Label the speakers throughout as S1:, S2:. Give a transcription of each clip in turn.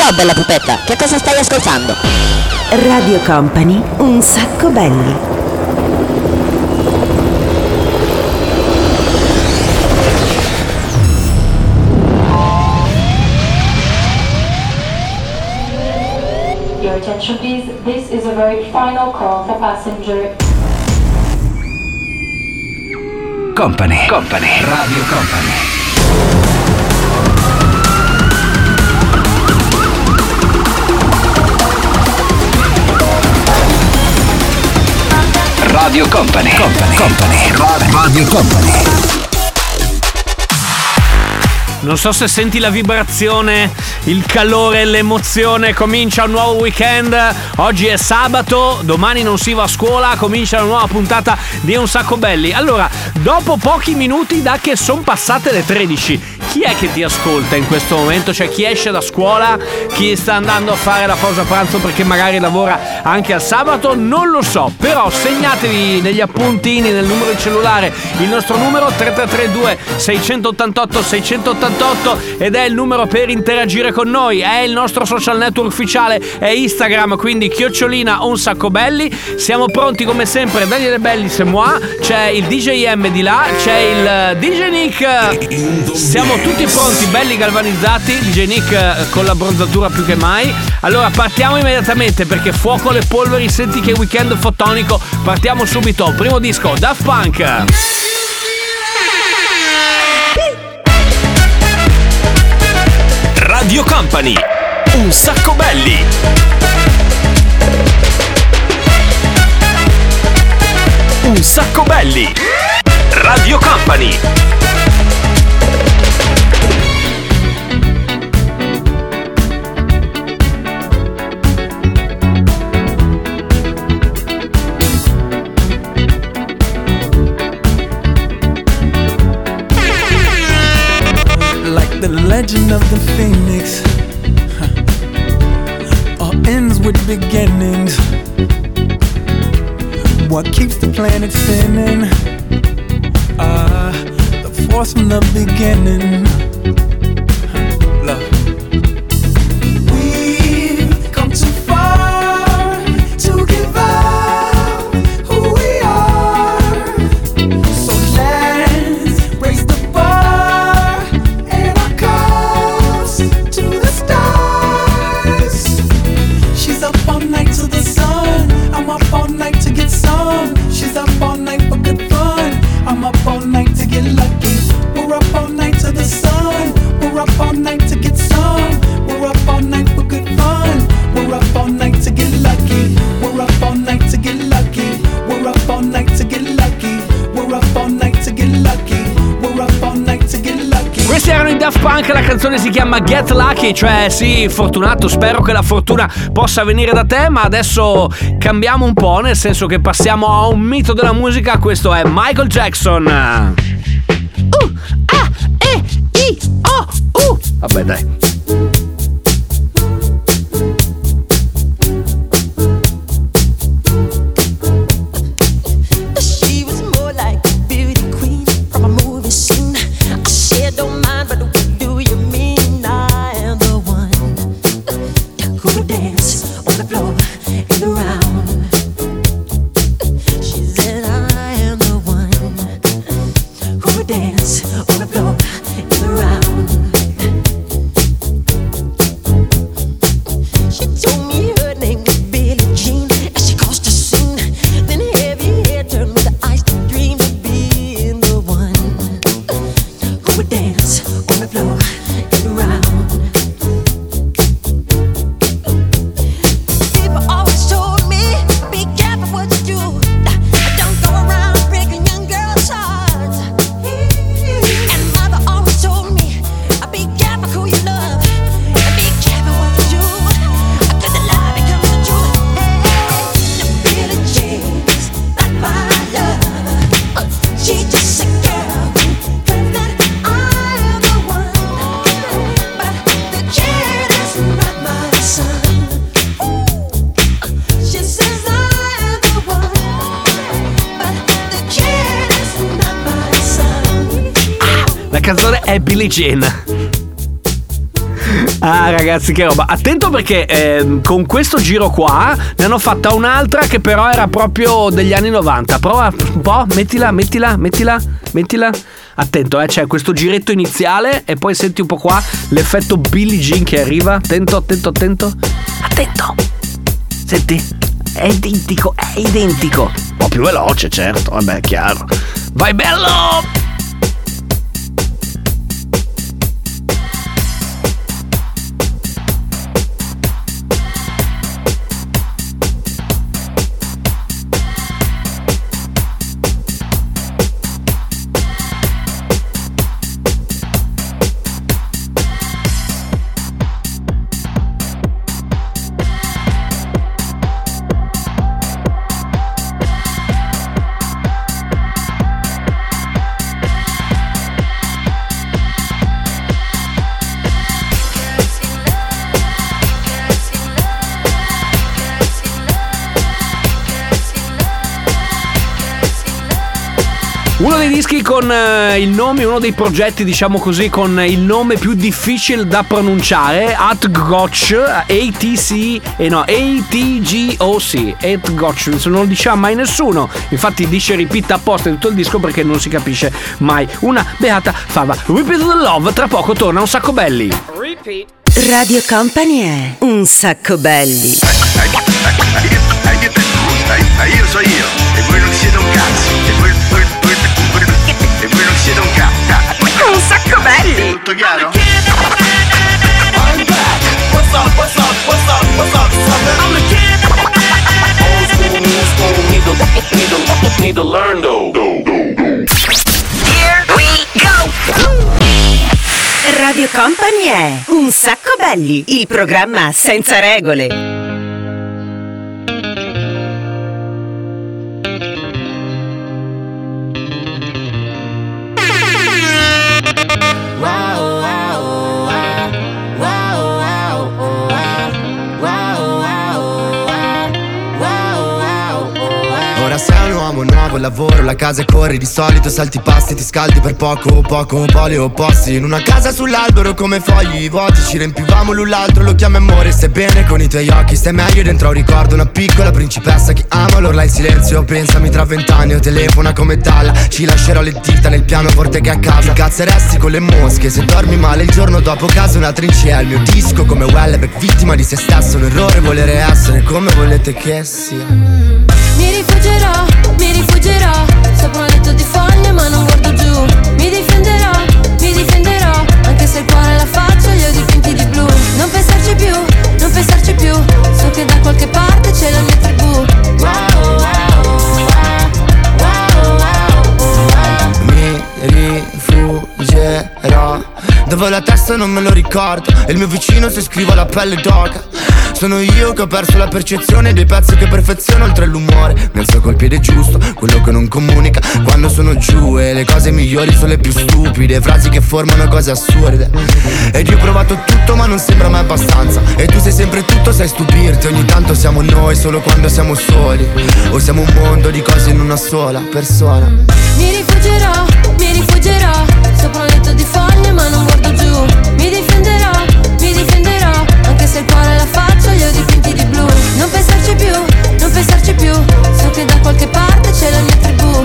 S1: Ciao bella pupetta, che cosa stai ascoltando?
S2: Radio Company, un sacco belli.
S3: Your attention please, this is a very final call for passenger.
S4: Company, Radio Company. Radio Company. Radio Company.
S5: Non so se senti la vibrazione, il calore, l'emozione. Comincia un nuovo weekend. Oggi è sabato, domani non si va a scuola. Comincia una nuova puntata di Un Sacco Belli. Allora, dopo pochi minuti da che sono passate le 13, chi è che ti ascolta in questo momento? Cioè, chi esce da scuola, chi sta andando a fare la pausa pranzo perché magari lavora anche al sabato? Non lo so, però segnatevi negli appuntini, nel numero di cellulare, il nostro numero 3332 688 688 ed è il numero per interagire con noi. È il nostro social network ufficiale, è Instagram, quindi @ Un Sacco Belli. Siamo pronti come sempre, Daniele Belli, c'est moi, c'è il DJ M di là, c'è il DJ Nick. Siamo tutti pronti, belli galvanizzati. DJ Nick con la bronzatura più che mai. Allora partiamo immediatamente perché fuoco alle polveri, senti che weekend fotonico. Partiamo subito, primo disco, Daft Punk.
S6: Radio Company, Un Sacco Belli. Un Sacco Belli. Radio Company.
S7: The legend of the phoenix all ends with beginnings. What keeps the planet spinning? The force from the beginning. Love. We've come too far to give up who we are. So let's raise the bar and our cups to the stars. She's up all night to the sun. I'm up all night to get some. She's up all night for good fun. I'm up all night to get lucky. We're up all night to the sun. We're up all night to get some. We're up all night for good fun. We're up all night to get lucky. We're up all night to get lucky. We're up all night to get lucky. We're up all night to get lucky. We're up all night to get lucky.
S5: Questi erano i Daft Punk, la canzone si chiama Get Lucky, cioè sì, fortunato, spero che la fortuna possa venire da te, ma adesso cambiamo un po', nel senso che passiamo a un mito della musica, questo è Michael Jackson. Vabbè dai.
S8: She was more like a beauty queen from a movie scene. I said don't mind, but what do you mean? I am the one who would dance on the floor and around. She said I am the one who would dance on the floor and around. She told me her name was Billie Jean, and she caused a scene. Then heavy hair turned with the eyes to dream of being the one who would dance on the floor and around. People always told me, be careful what you do. Don't go around breaking young girls' hearts. And mother always told me, be careful who you love. And be careful what you do. Cause the lie becomes the truth. Hey, Billie Jean's not my love. She's just a girl who claims that I am the one. But the kid is not my son. She says I am the one. But the kid is not my son.
S5: La canzone è Billie Jean. Ah ragazzi, che roba. Attento perché con questo giro qua ne hanno fatta un'altra che però era proprio degli anni 90. Prova un po', mettila. Attento, c'è questo giretto iniziale e poi senti un po' qua l'effetto Billie Jean che arriva. Attento. Senti, è identico. Un po' più veloce, certo, vabbè, chiaro. Vai bello! Uno dei dischi con il nome, uno dei progetti, diciamo così, con il nome più difficile da pronunciare, ATGOC, ATGOC, non lo diceva mai nessuno, infatti dice repeat apposta in tutto il disco perché non si capisce mai una beata fava. Repeat the Love, tra poco torna Un Sacco Belli.
S6: Repeat.
S2: Radio Company è Un Sacco Belli.
S4: Io so io, e voi non siete un cazzo, e voi non siete un cazzo.
S2: Un Sacco Belli.
S4: Tutto chiaro?
S6: I'm back. What's up? I'm the kid. Old school, need to learn though.
S2: Here we go. Radio Company è Un Sacco Belli, il programma senza regole.
S9: Nuovo lavoro, la casa e corri, di solito salti i pasti, ti scaldi per poco, poli opposti. In una casa sull'albero come fogli vuoti, ci riempivamo l'un l'altro, lo chiami amore, stai bene con i tuoi occhi, stai meglio dentro un ricordo, una piccola principessa che ama l'urla in silenzio, pensami tra 20 anni o telefona come Dalla, ci lascerò le dita nel pianoforte che a casa, cazzeresti con le mosche, se dormi male il giorno dopo casa una trincea, il mio disco come Wellebeck, vittima di se stesso, un errore volere essere come volete che sia.
S8: Mi rifuggerò sopra un letto di foglie ma non guardo giù. Mi difenderò, anche se il cuore e la faccia li ho dipinti di blu. Non pensarci più, so che da qualche parte c'è la mia tribù.
S9: Mi rifuggerò dove ho la testa non me lo ricordo, e il mio vicino se scrivo la pelle d'oca. Sono io che ho perso la percezione dei pezzi che perfeziono oltre l'umore. Mi alzo col piede giusto, quello che non comunica quando sono giù, e le cose migliori sono le più stupide, frasi che formano cose assurde. Ed io ho provato tutto ma non sembra mai abbastanza, e tu sei sempre tutto, sai stupirti. Ogni tanto siamo noi solo quando siamo soli, o siamo un mondo di cose in una sola persona.
S8: Mi rifuggerò sopra un letto di foglie ma non guardo giù. Mi difenderò, anche se il cuore e la faccia li ho dipinti di blu. Non pensarci più, so che da qualche parte c'è la mia tribù.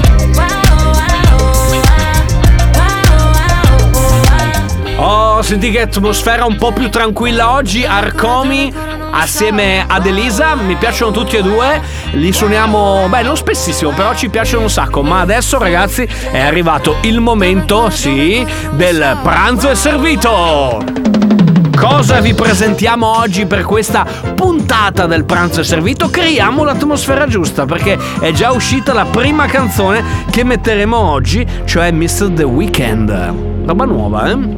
S5: Oh, senti che atmosfera un po' più tranquilla oggi. Arcomi assieme ad Elisa, mi piacciono tutti e due, li suoniamo, non spessissimo, però ci piacciono un sacco. Ma adesso ragazzi è arrivato il momento, sì, del pranzo è servito. Cosa vi presentiamo oggi per questa puntata del pranzo è servito? Creiamo l'atmosfera giusta, perché è già uscita la prima canzone che metteremo oggi, cioè Mr. The Weeknd. Roba nuova, eh?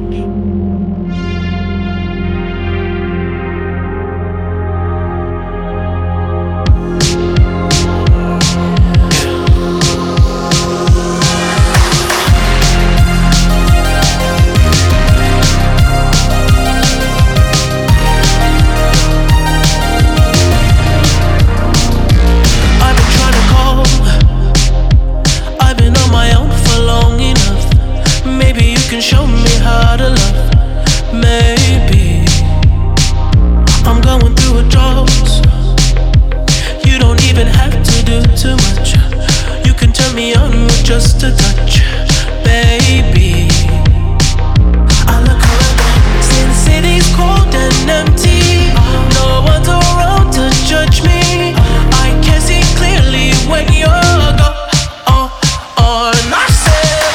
S7: Show me how to too much. You can turn me on with just a touch, baby. I look around, since city's cold and empty, no one's around to judge me. I can see clearly when you're gone. I said,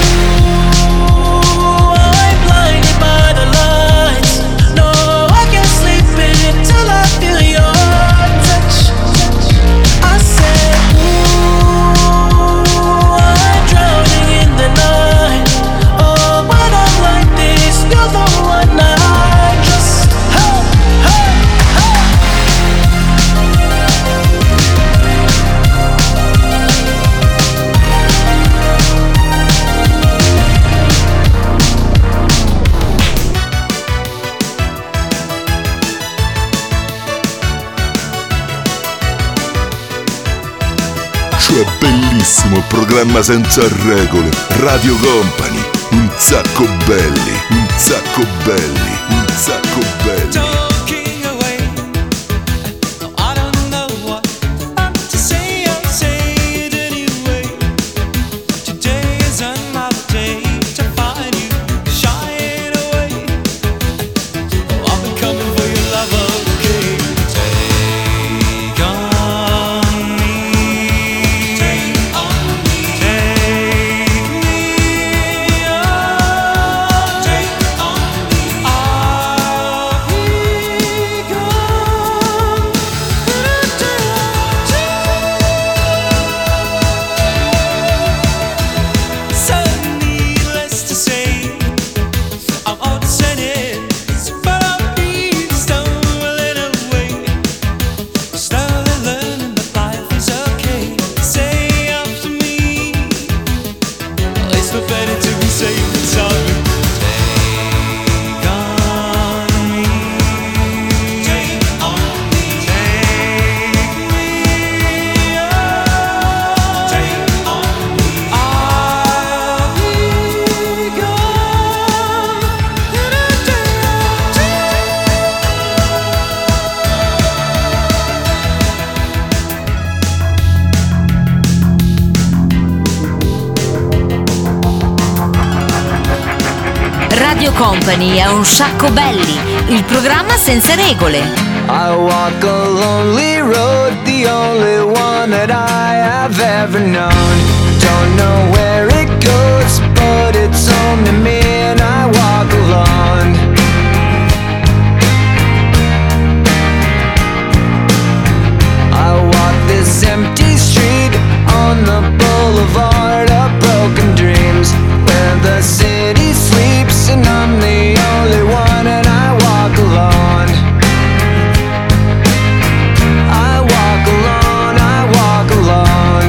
S7: ooh, I'm blinded by the lights. No, I can't sleep until I feel your touch. I said, ooh, I'm drowning in the night. Oh, when I'm like this, you're the one I just, hey, hey, hey.
S10: Cioè bellissimo, programma senza regole, Radio Company, un sacco belli, un sacco belli, un sacco belli.
S7: Talking away, I don't know what to say. I'll say it anyway. Today is another day to find you shying away. Oh, I'll be coming for your love, okay? Take on me, take on me, take me on, take on me. I'll be gone. So needless to say, I'm upset, but I'll be stumbling away, slowly learning that life is okay. Say after me, it's no better to be safe than sorry. Take on me, take on me, take me on, take on me. I'll be gone in a day or two.
S11: Radio Company è un sacco belli, il programma senza regole.
S12: I walk a lonely road, the only one that I have ever known. Don't know where it goes, but it's home to me and I walk alone. I walk this empty street on the boulevard of broken dreams, where the city sleeps and I'm the only one and I walk alone. I walk alone, I walk alone.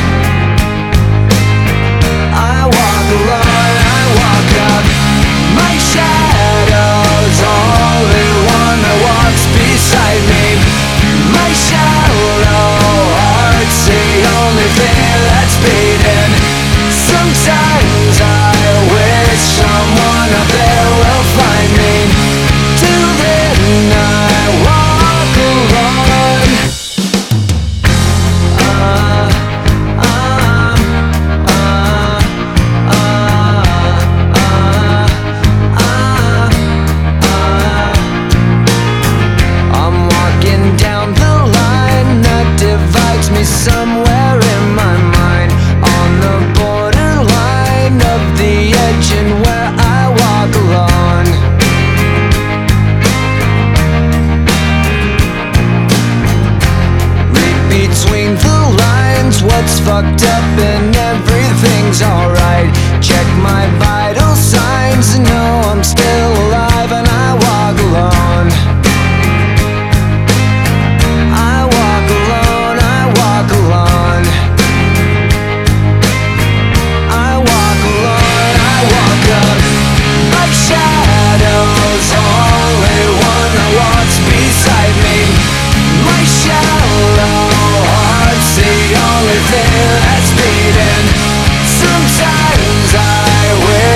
S12: I walk alone, I walk up. My shadow's only one that walks beside me. My shallow heart's the only thing that's beating. Sometimes I wish someone up there will find me. Till then I walk alone. I'm walking down the line that divides me somewhere in my mind, on the borderline of the edge and where I walk alone. Read between the lines what's fucked up and everything's alright. Check my vital signs and know I'm still alive and I walk alone. I walk alone, I walk alone. I walk alone, I walk up. My shadow's only one that walks beside me. My shallow heart's the only thing that's beating. Sometimes I wish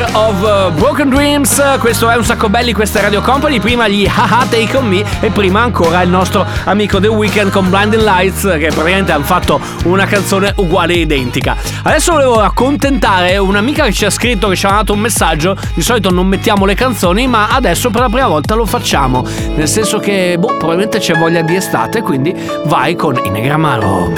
S5: of Broken Dreams. Questo è Un Sacco Belli, questa è Radio Company. Prima gli Haha Take On Me e prima ancora il nostro amico The Weeknd con Blinding Lights, che praticamente hanno fatto una canzone uguale e identica. Adesso volevo accontentare un'amica che ci ha scritto, che ci ha mandato un messaggio. Di solito non mettiamo le canzoni, ma adesso per la prima volta lo facciamo, nel senso che probabilmente c'è voglia di estate, quindi vai con I Negramaro.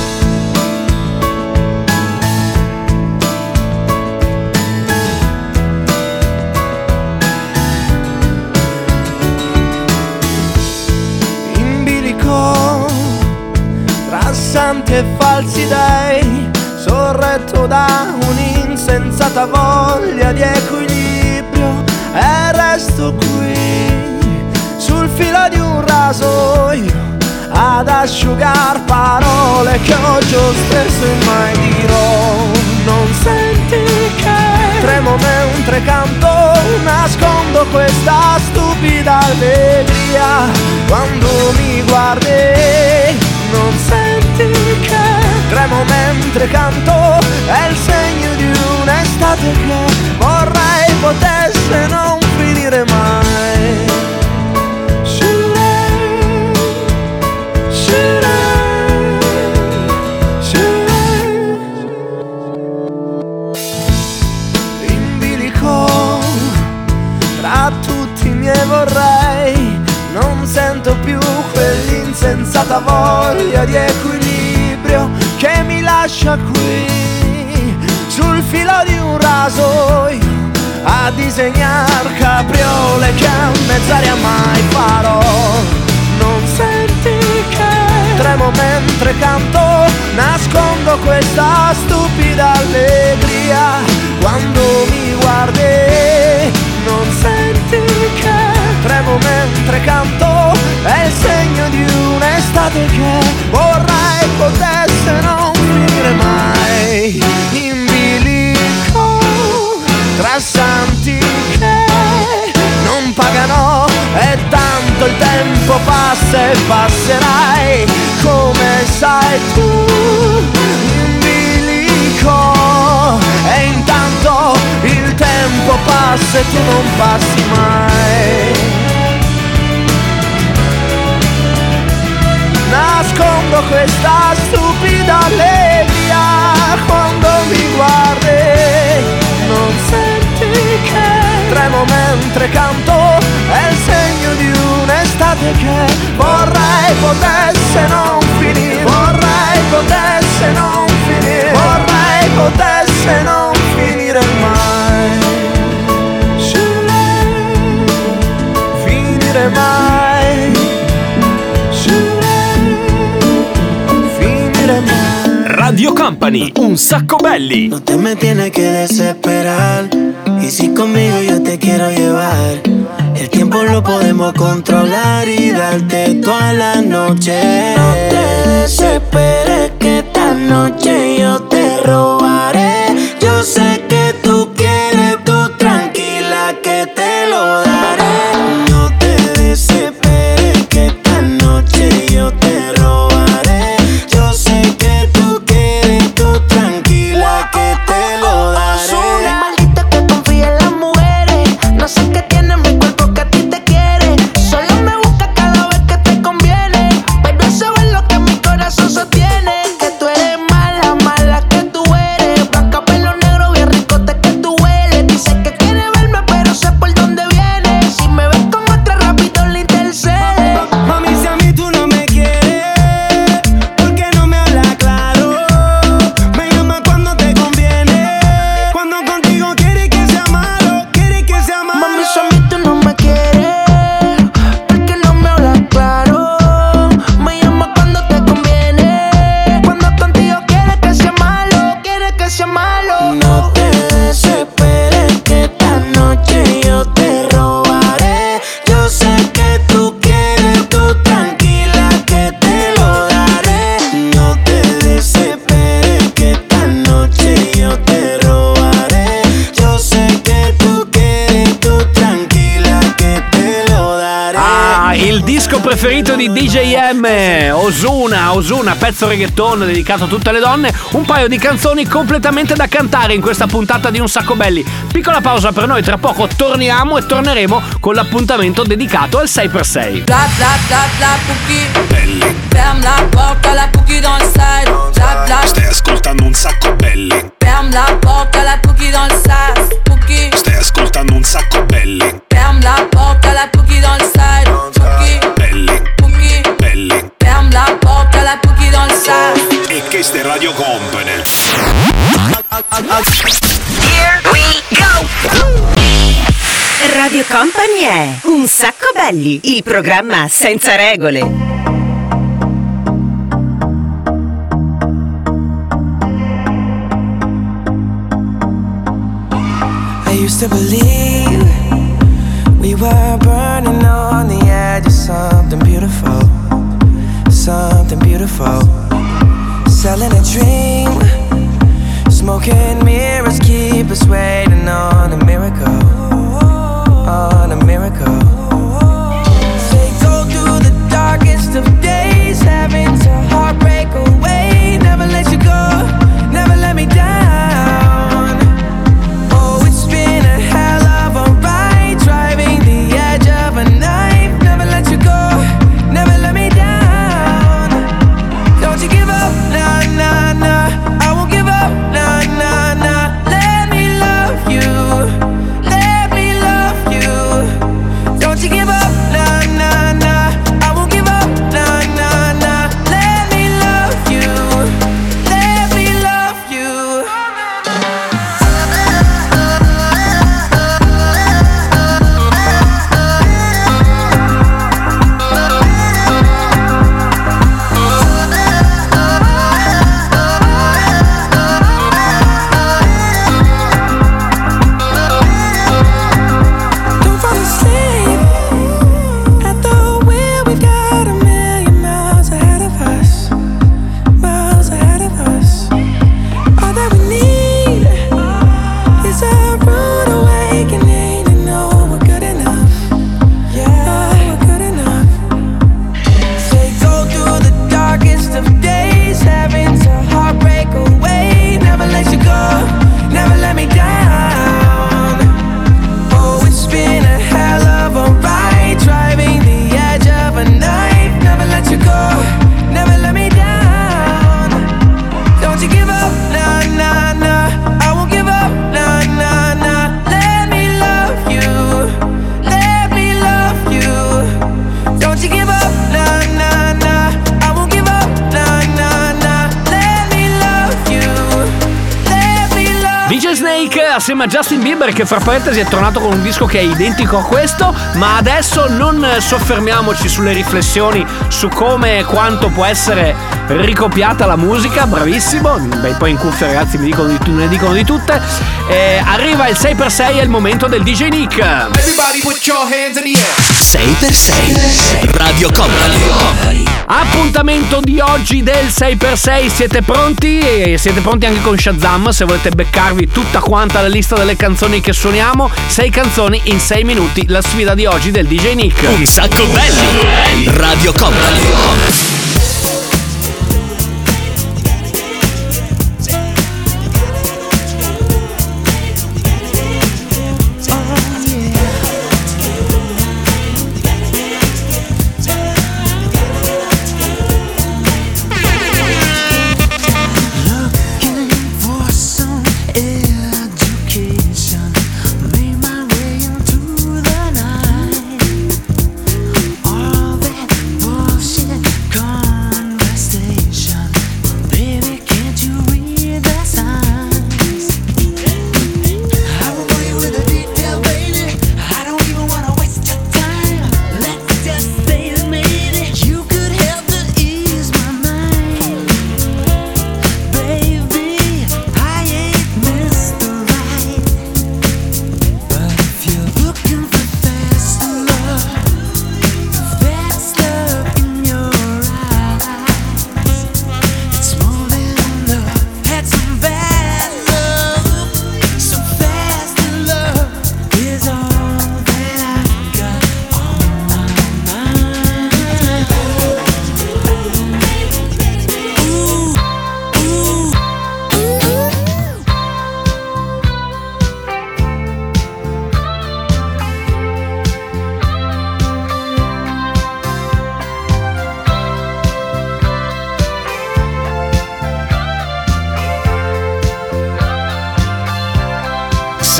S13: Santi e falsi dei, sorretto da un'insensata voglia di equilibrio, e resto qui sul filo di un rasoio ad asciugar parole che oggi ho spesso e mai dirò. Non senti che tremo mentre canto, nascondo questa stupida allegria quando mi guardi. Non senti che tremo mentre canto, è il segno di un'estate che vorrei potesse non finire mai. In bilico tra tutti i miei vorrei, non sento più quell'insensata voglia di equilibrio che mi lascia qui sul filo di un rasoio a disegnar capriole che a mezz'aria mai farò. Non senti che tremo mentre canto, nascondo questa stupida allegria quando mi guardi. Non senti che tremo mentre canto, è il segno di un'estate che vorrei potesse non finire mai. In bilico tra santi che non pagano, e tanto il tempo passa e passerai, come sai tu. In bilico e intanto il tempo passa e tu non passi mai. Nascondo questa stupida allegria quando mi guardi. Non senti che tremo mentre canto, è il segno di un'estate che vorrei potesse non finire. Vorrei potesse non finire. Vorrei potesse non finire mai. Finire mai.
S5: Radio Company, Un Sacco Belli.
S14: No te me tienes que desesperar, y si conmigo yo te quiero llevar, el tiempo lo podemos controlar y darte toda la noche. No te desesperes que esta noche yo te robaré. Yo sé que tú quieres, tú tranquila que te lo daré. No te desesperes que esta noche yo te robaré. Yo sé que tú quieres, tú tranquila que te lo daré.
S8: Soy un maldito que confía en las mujeres. No sé qué tiene mi cuerpo que a ti te quiere. Solo me busca cada vez que te conviene, pero eso es lo que mi corazón sostiene. Que tú eres mala, mala que tú eres. Blanca, pelo negro, bien rico.
S5: preferito di DJM, Ozuna, pezzo reggaeton dedicato a tutte le donne, un paio di canzoni completamente da cantare in questa puntata di Un Sacco Belli. Piccola pausa per noi, tra poco torniamo e torneremo con l'appuntamento dedicato al 6x6.
S15: Bla bla bla bla Cookie. Ferme la porta, la Cookie dans le side. Bla bla.
S16: Stai ascoltando Un Sacco Belli.
S15: Ferme la porta, la Cookie dans le side. Cookie.
S16: Stai ascoltando Un Sacco Belli.
S15: Ferme la porta, la Cookie dans le side. Cookie.
S16: Belli.
S15: Cookie.
S16: Belli.
S15: Ferme la porta, la Cookie dans le side.
S16: E che ste Radio Company.
S2: Here we go. Radio Company è Un Sacco Belli, il programma senza regole.
S13: I used to believe we were burning on the edge of something beautiful, something beautiful. Selling a dream, smoking mirrors keep us waiting on a miracle, on a miracle. Say go through the darkest of days, having to heartbreak away. Never let you go, never let me down. Oh, it's been a hell of a ride, driving the edge of a knife. Never let you go, never let me down. Don't you give up, nah, nah, nah. I won't give up, nah, nah, nah. Let me love you, let me love you. Don't you give up, nah, nah, nah. I won't give up, nah, nah, nah. Let me love you, let me love you. Don't fall asleep at the wheel. We've got a million miles ahead of us, miles ahead of us. All that we need is a rude awakening to know we're good enough. Yeah, we're good enough. Say go through the darkest of days, having to heartbreak away. Never let you go, never let me down. Oh, it's been a hell of a ride, driving the edge of a knife. Never let you go, never let me down. Don't you give up, nah, nah, nah. I won't give up, nah, nah, nah. Let me love you, let me love you. Don't you give up, nah, nah, nah. I won't give up, nah, nah, nah. Let me love you, let me love you.
S5: DJ Snake assieme a Justin Bieber, che fra parentesi è tornato con un disco che è identico a questo. Ma adesso non soffermiamoci sulle riflessioni su come e quanto può essere ricopiata la musica. Bravissimo. Beh, poi in cuffia ragazzi ne dicono di tutte. Arriva il 6x6, è il momento del DJ Nick.
S7: Everybody put your hands in the air.
S17: 6x6 Radio Company.
S5: Appuntamento di oggi del 6x6, siete pronti? E siete pronti anche con Shazam se volete beccarvi tutta quanta la lista delle canzoni che suoniamo. 6 canzoni in 6 minuti, la sfida di oggi del DJ Nick.
S17: Un Sacco Belli Radio Company.
S7: Come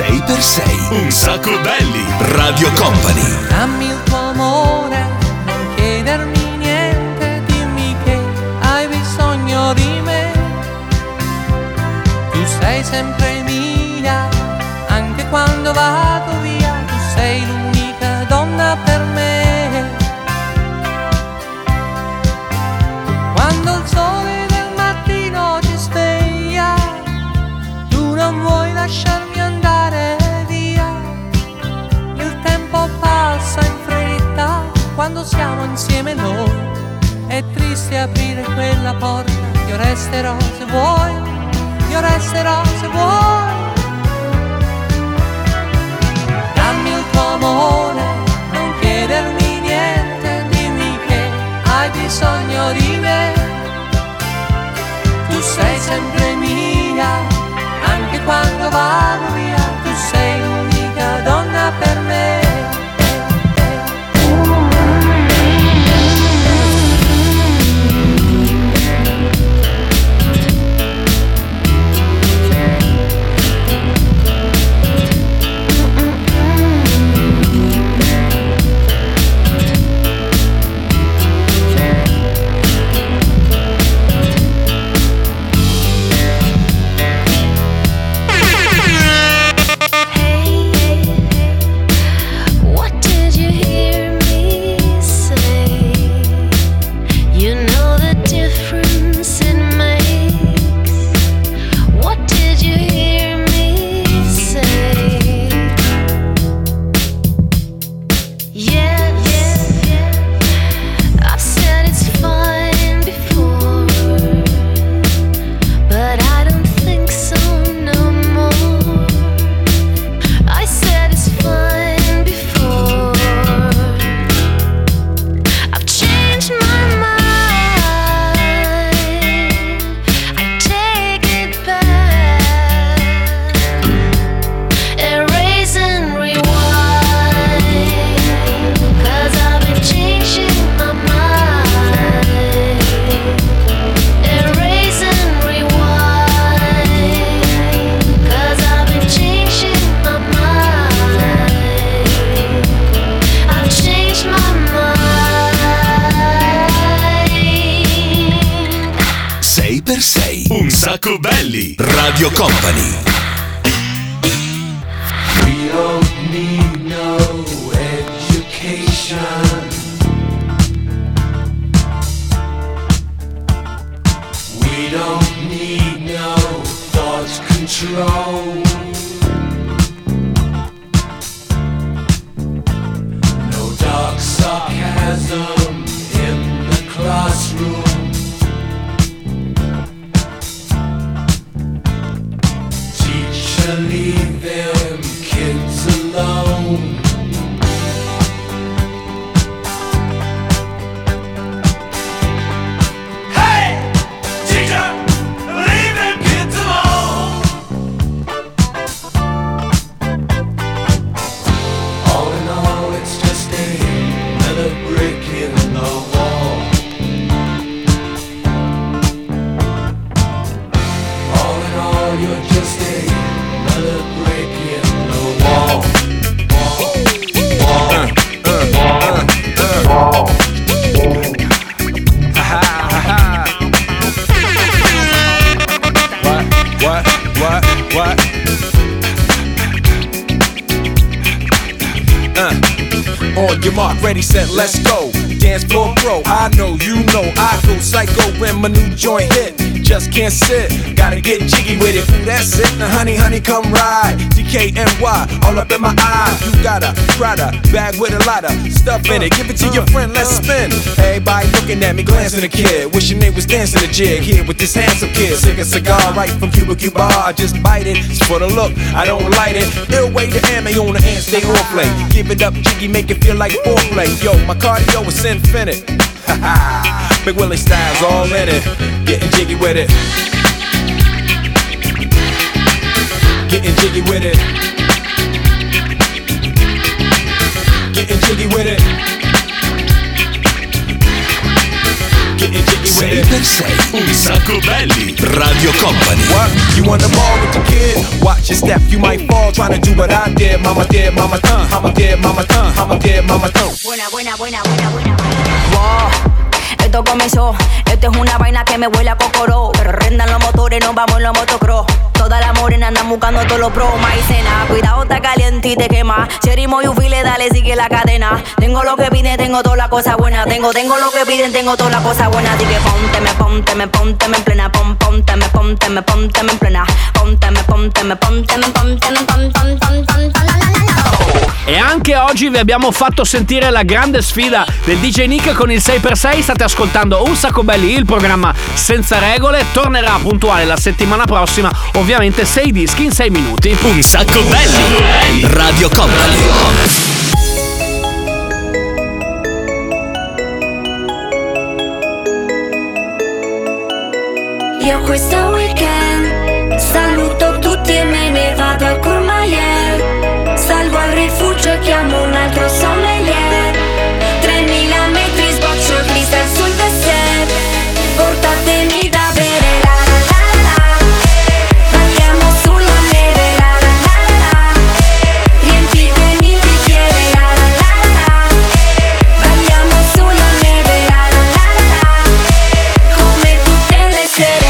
S10: 6x6. Un sacco belli. Radio Company.
S18: Dammi il tuo amore, non chiedermi niente, dimmi che hai bisogno di me. Tu sei sempre mia, anche quando vado via, tu sei l'unica donna per me. Quando il sole del mattino ci sveglia, tu non vuoi lasciarmi andare via. Il tempo passa in fretta quando siamo insieme noi. È triste aprire quella porta, io resterò se vuoi, io resterò se vuoi. Dammi il tuo amore, non chiedermi niente, dimmi che hai bisogno di me. Tu sei sempre mia, anche quando vado via, tu sei l'unica donna per me.
S10: Un sacco belli. Radio Company.
S12: We don't need no education. We don't need no thought control. No dark sarcasm in the classroom. Leave them kids alone. Hey, teacher, leave them kids alone. All in all, it's just another brick in the wall. All in all, you're just another brick in the wall.
S19: What? On your mark, ready, set, let's go. Dance floor pro, I know, you know, I go psycho when my new joint hit. Just can't sit, gotta get jiggy with it. Ooh, that's it, now honey, come ride. DKNY, all up in my eyes. You got a Prada bag with a lot of stuff in it. Give it to your friend, let's spin. Everybody looking at me, glancing a kid. Wishing they was dancing a jig here with this handsome kid. Sick a cigar right from Cuba Cuba. I just bite it, it's for the look, I don't light it. Ill way to ammo on the hand, stay on play. Give it up, jiggy, make it feel like foreplay. Yo, my cardio is infinite. Big Willie style's all in it. Getting jiggy with it. Getting jiggy with it. Getting jiggy with it. Getting jiggy with it.
S16: 6x6 un sacco belli. Radio Company.
S19: What? You on the ball with the kid? Watch your step, you might fall trying to do what I did. Mama did, mama I'ma did, mama I'ma did, mama
S8: Buena. Wow, esto comenzó, esto es una vaina que me huele a cocoró. Pero rendan los motores, nos vamos en los motocross. Todas las morenas andan buscando todos los pros. Maicena, cuidado, está caliente y te quema. Cherimo y ufile, dale, sigue la cadena. Tengo lo que piden, tengo toda la cosa buena. Tengo lo que piden, tengo toda la cosa buena. Así que pónteme en plena. Pónteme en plena.
S5: E anche oggi vi abbiamo fatto sentire la grande sfida del DJ Nick con il 6x6. State ascoltando Un Sacco Belli, il programma senza regole. Tornerà puntuale la settimana prossima. Ovviamente 6 dischi in 6 minuti.
S17: Un Sacco Belli. Radio Company.
S8: Io questo weekend saluto tutti e me ne vado al Courmayeur. Salgo al rifugio e chiamo un altro sommelier. 3000 metri sboccio il cristal sul dessert. Portatemi da bere, la la la la. Balliamo sulla neve, la la la la. Riempitemi il bicchiere, la la la la. Balliamo sulla neve, la la la la. Come tutte le sere.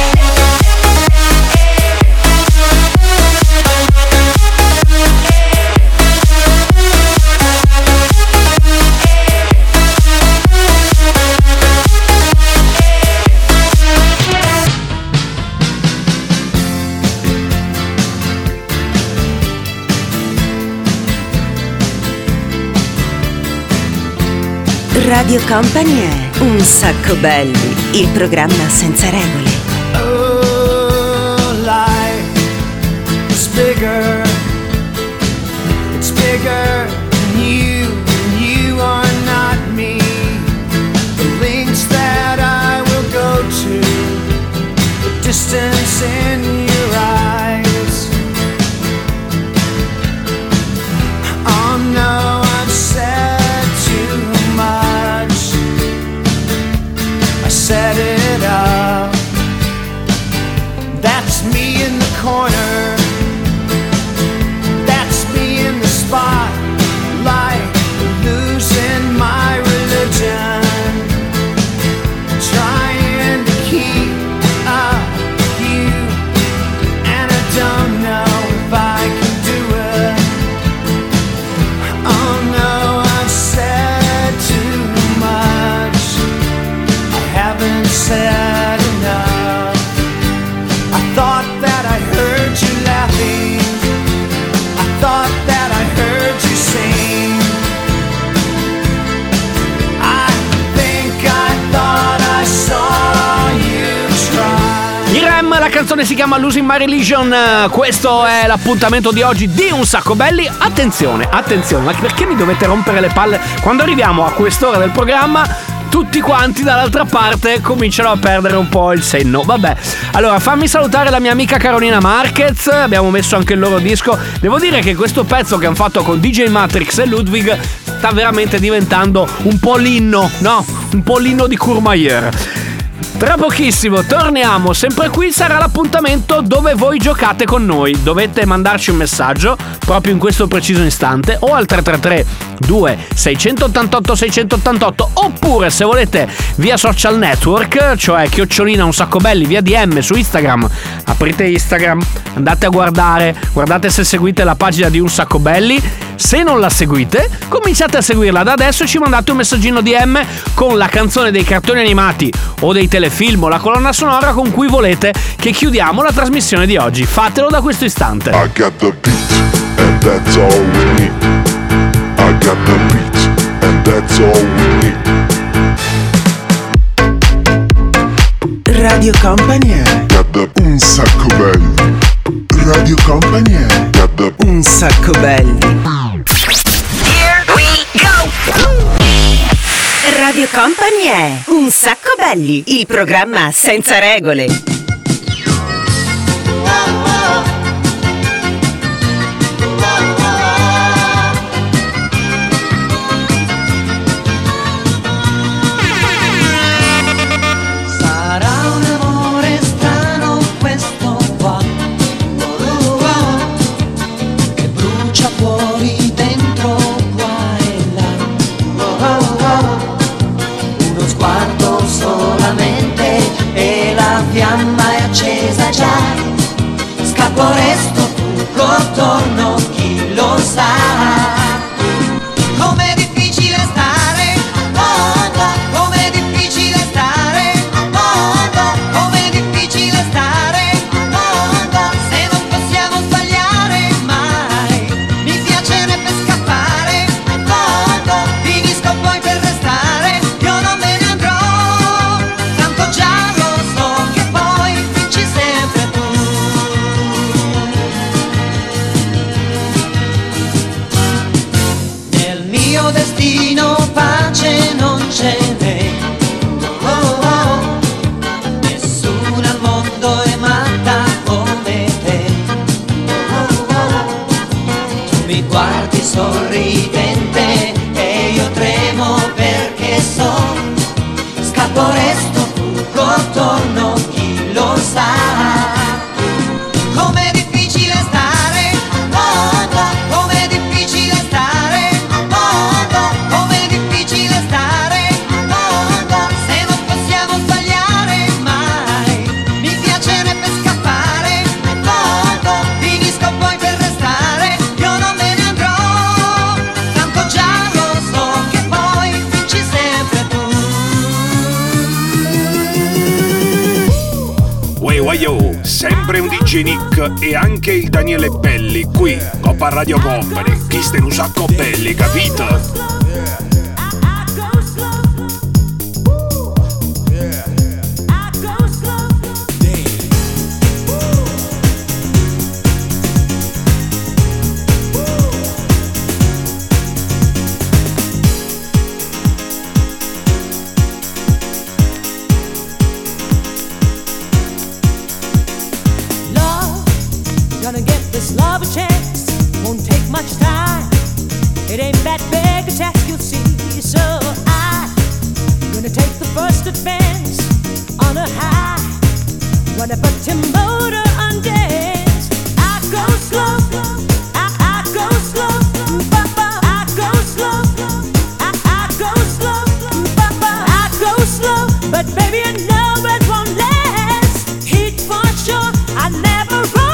S2: Radio Company è Un Sacco Belli, il programma senza regole.
S14: Oh, life is bigger. It's bigger than you are not me. The links that I will go to, the distance in your eyes. Oh no, I've said too much. I set it up. That's me in the corner. That's me in the spotlight, losing my religion, trying to keep up with you, and I don't know if I can do it. Oh no, I've said too much. I haven't said enough. I thought that I heard you laughing. I thought that I heard you sing. I think I thought I saw you try.
S5: Irem, la canzone si chiama Losing My Religion. Questo è l'appuntamento di oggi di Un Sacco Belli. Attenzione, ma perché mi dovete rompere le palle? Quando arriviamo a quest'ora del programma tutti quanti dall'altra parte cominciano a perdere un po' il senno. Vabbè, allora fammi salutare la mia amica Carolina Marquez. Abbiamo messo anche il loro disco. Devo dire che questo pezzo che hanno fatto con DJ Matrix e Ludwig sta veramente diventando un po' l'inno, no? Un po' l'inno di Courmayeur. Tra pochissimo torniamo, sempre qui sarà l'appuntamento dove voi giocate con noi. Dovete mandarci un messaggio proprio in questo preciso istante o al 333 2688 688, oppure se volete via social network, cioè @ Un Sacco Belli via DM su Instagram. Aprite Instagram, andate a guardate se seguite la pagina di Un Sacco Belli. Se non la seguite, cominciate a seguirla da adesso e ci mandate un messaggino DM con la canzone dei cartoni animati o dei telefilm o la colonna sonora con cui volete che chiudiamo la trasmissione di oggi. Fatelo da questo istante.
S10: I got the beat, and that's all we need. I got the beat, and that's all we need.
S14: Radio Company.
S10: Got the Un Sacco Belli. Radio Company. Got the
S14: Un Sacco Belli.
S2: Here we go! Radio Company è Un Sacco Belli, il programma senza regole.
S20: mi guardi sorridente e io tremo perché so, scappo resto fuggo attorno, chi lo sa. Com'è difficile stare, mondo, com'è difficile stare, mondo, com'è difficile stare, mondo, se non possiamo sbagliare mai, mi piacerebbe scappare, mondo, finisco poi per restare, io non me ne andrò, tanto già lo so che poi vinci sempre tu.
S19: Wayo, sempre un DJ Nick e anche il Daniele Belli qui, Coppa Radio Company, chi ste un sacco belli, capito?
S8: Gonna give this love a chance, won't take much time. It ain't that big a task, you'll see. So I'm gonna take the first advance on a high. Wanna put your motor on dance. I go slow, I go slow, I go slow, I go slow, I go slow. But baby, I know it won't last. Heat for sure, I never run.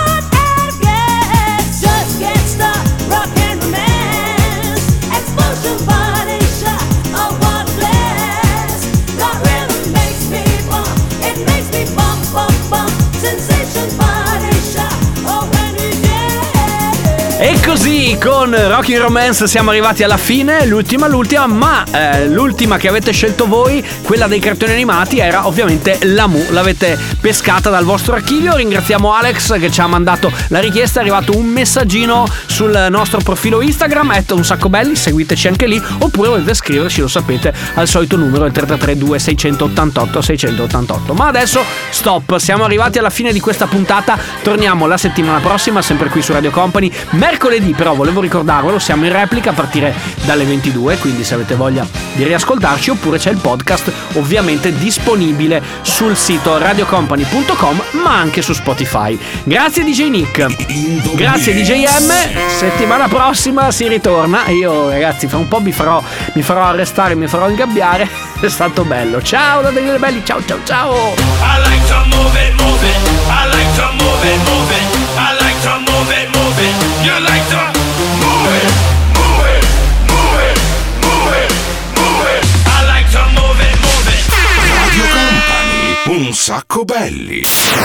S5: E così con Rocky Romance siamo arrivati alla fine, l'ultima, ma l'ultima che avete scelto voi, quella dei cartoni animati, era ovviamente la Mu, l'avete pescata dal vostro archivio. Ringraziamo Alex che ci ha mandato la richiesta, è arrivato un messaggino sul nostro profilo Instagram, @unsaccobelli, seguiteci anche lì, oppure potete scriverci, lo sapete, al solito numero 332 688 688. Ma adesso stop, siamo arrivati alla fine di questa puntata, torniamo la settimana prossima sempre qui su Radio Company. Mercoledì però volevo ricordarvelo, siamo in replica a partire dalle 22, quindi se avete voglia di riascoltarci, oppure c'è il podcast ovviamente disponibile sul sito radiocompany.com ma anche su Spotify. Grazie DJ Nick, grazie DJ M, settimana prossima si ritorna. Io ragazzi fra un po' mi farò arrestare, mi farò ingabbiare. È stato bello, ciao da Daniele Belli, ciao ciao ciao.
S6: I like to move it, move it. I like to move it, move it. I like to move it, move it. You like to move it, move it, move it, move it, move it. I like to move it, move it.
S16: Radio Company, un sacco belli.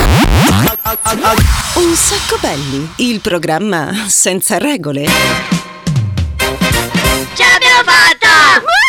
S2: Un sacco belli, il programma senza regole.
S8: Ce l'abbiamo fatta!